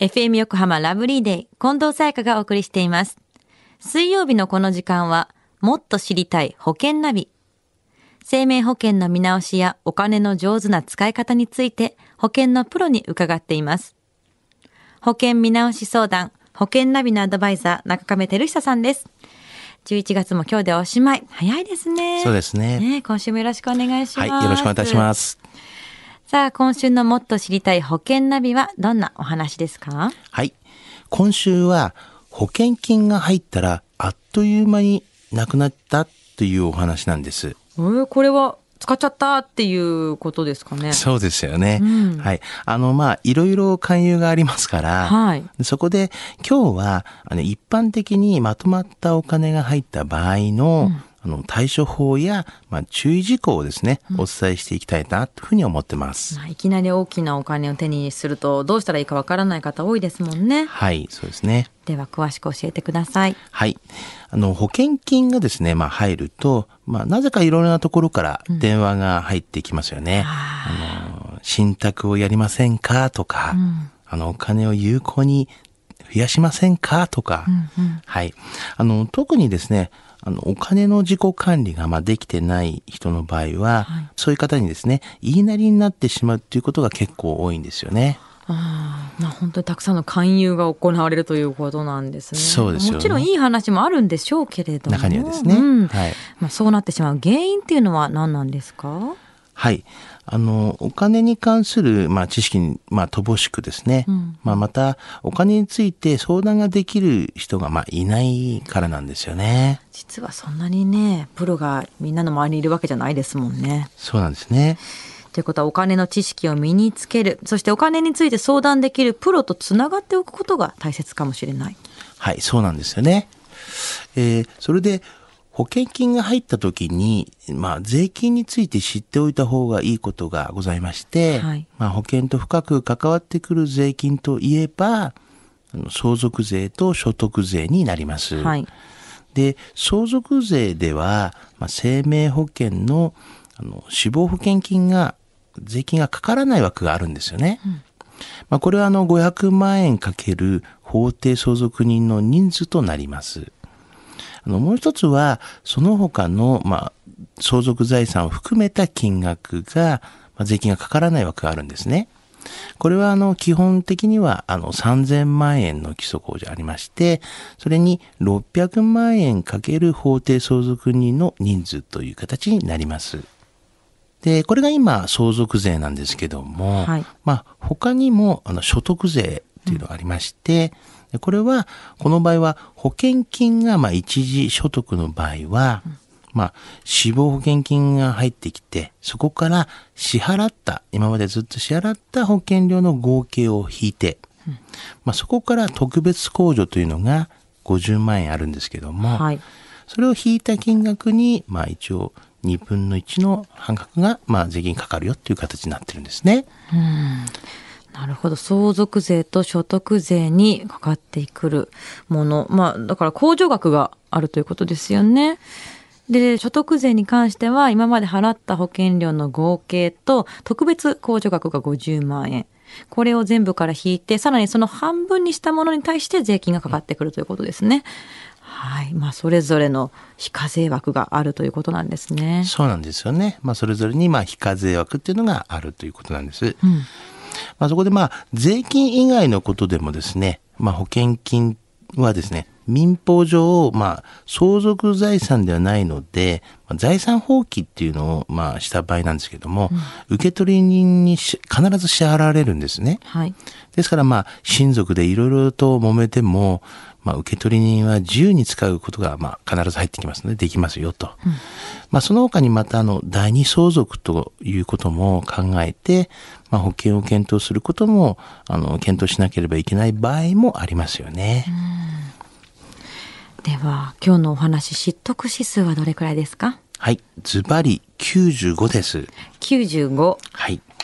FM 横浜ラブリーデイ、近藤沙耶香がお送りしています。水曜日のこの時間は、もっと知りたい保険ナビ。生命保険の見直しやお金の上手な使い方について、保険のプロに伺っています。保険見直し相談、保険ナビのアドバイザー、中亀照久さんです。11月も今日でおしまい。早いですね。 そうですね。 今週もよろしくお願いします。 はい、よろしくお願いいたします。 さあ、今週のもっと知りたい保険ナビはどんなお話ですか？ はい。今週は保険金が入ったらあっという間になくなったというお話なんです。 これは使っちゃったっていうことですかね？ そうですよね。はい。いろいろ勧誘がありますから、はい、そこで今日は一般的にまとまったお金が入った場合の、対処法や、注意事項をですね、お伝えしていきたいなというふうに思ってます。 いきなり大きなお金を手にするとどうしたらいいかわからない方多いですもんね。 はい、そうですね。 では詳しく教えてください。 はい。保険金がですね、入ると、なぜかいろいろなところから電話が入ってきますよね。信託をやりませんかとか、お金を有効に増やしませんかとか、はい。特にですね、お金の自己管理ができてない人の場合は、そういう方にですね、言いなりになってしまうっていうことが結構多いんですよね。 本当にたくさんの勧誘が行われるということなんですね。 そうですよね。 もちろんいい話もあるんでしょうけれども、 中にはですね、はい。 そうなってしまう原因っていうのは何なんですか？ はい。お金に関する、知識に、乏しくですね。また、お金について相談ができる人が、いないからなんですよね。 実はそんなにね、プロがみんなの周りにいるわけじゃないですもんね。 そうなんですね。 ということは、お金の知識を身につける、そしてお金について相談できるプロとつながっておくことが大切かもしれない。 はい、そうなんですよね。それで、保険金が入った時に、税金について知っておいた方がいいことがございまして、はい、保険と深く関わってくる税金といえば、相続税と所得税になります。はい、で、相続税では、生命保険の、死亡保険金が、税金がかからない枠があるんですよね。これは500万円かける法定相続人の人数となります。もう一つは、その他の、相続財産を含めた金額が、税金がかからない枠があるんですね。これは、基本的には、3000万円の基礎控除ありまして、それに600万円かける法定相続人の人数という形になります。で、これが今、相続税なんですけども、はい、他にも、所得税っていうのがありまして、これは、この場合は保険金が一時所得の場合は、死亡保険金が入ってきて、そこから今までずっと支払った保険料の合計を引いて、そこから特別控除というのが50万円あるんですけども、はい、それを引いた金額に、一応2分の1の半額が、税金かかるよという形になってるんですね。 なるほど。相続税と所得税にかかってくるもの。だから控除額があるということですよね。で、所得税に関しては今まで払った保険料の合計と特別控除額が50万円。これを全部から引いて、さらにその半分にしたものに対して税金がかかってくるということですね。はい。それぞれの非課税枠があるということなんですね。 そうなんですよね。それぞれに非課税枠っていうのがあるということなんです。そこで税金以外のことでもですね、保険金はですね、民法上、相続財産ではないので、財産放棄っていうのを、した場合なんですけども、受取人に必ず支払われるんですね。はい。ですから、親族でいろいろと揉めても、受取人は自由に使うことが、必ず入ってきますので、できますよと。その他にまた、第二相続ということも考えて、保険を検討することも、検討しなければいけない場合もありますよね。 では、今日のお話、知得指数はどれくらいですか？ はい。ズバリ95です。 95。 はい。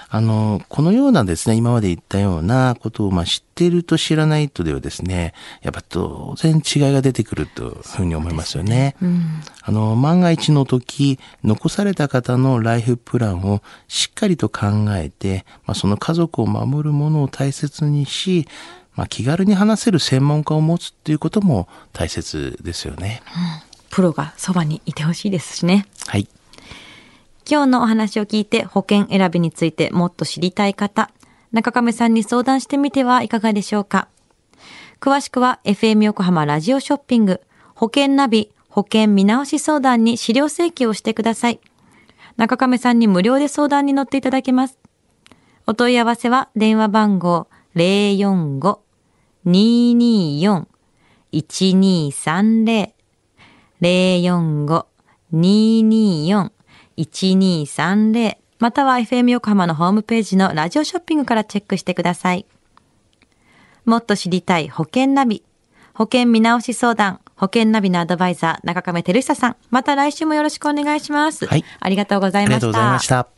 このようなですね、今まで言ったようなことを知っていると知らないとではですね、やっぱ当然違いが出てくるというふうに思いますよね。万が一の時、残された方のライフプランをしっかりと考えて、その家族を守るものを大切にし、気軽に話せる専門家を持つっていうことも大切ですよね。 プロがそばにいてほしいですしね。 はい。 今日のお話を聞いて保険選びについてもっと知りたい方、中亀さんに相談してみてはいかがでしょうか。詳しくは FM 横浜ラジオショッピング保険ナビ保険見直し相談に資料請求をしてください。中亀さんに無料で相談に乗っていただけます。お問い合わせは電話番号 045-224-1230 045-224-1230または FM 横浜のホームページのラジオショッピングからチェックしてください。もっと知りたい保険ナビ、保険見直し相談、保険ナビのアドバイザー、中亀照久さん、また来週もよろしくお願いします。 はい。 ありがとうございました。 ありがとうございました。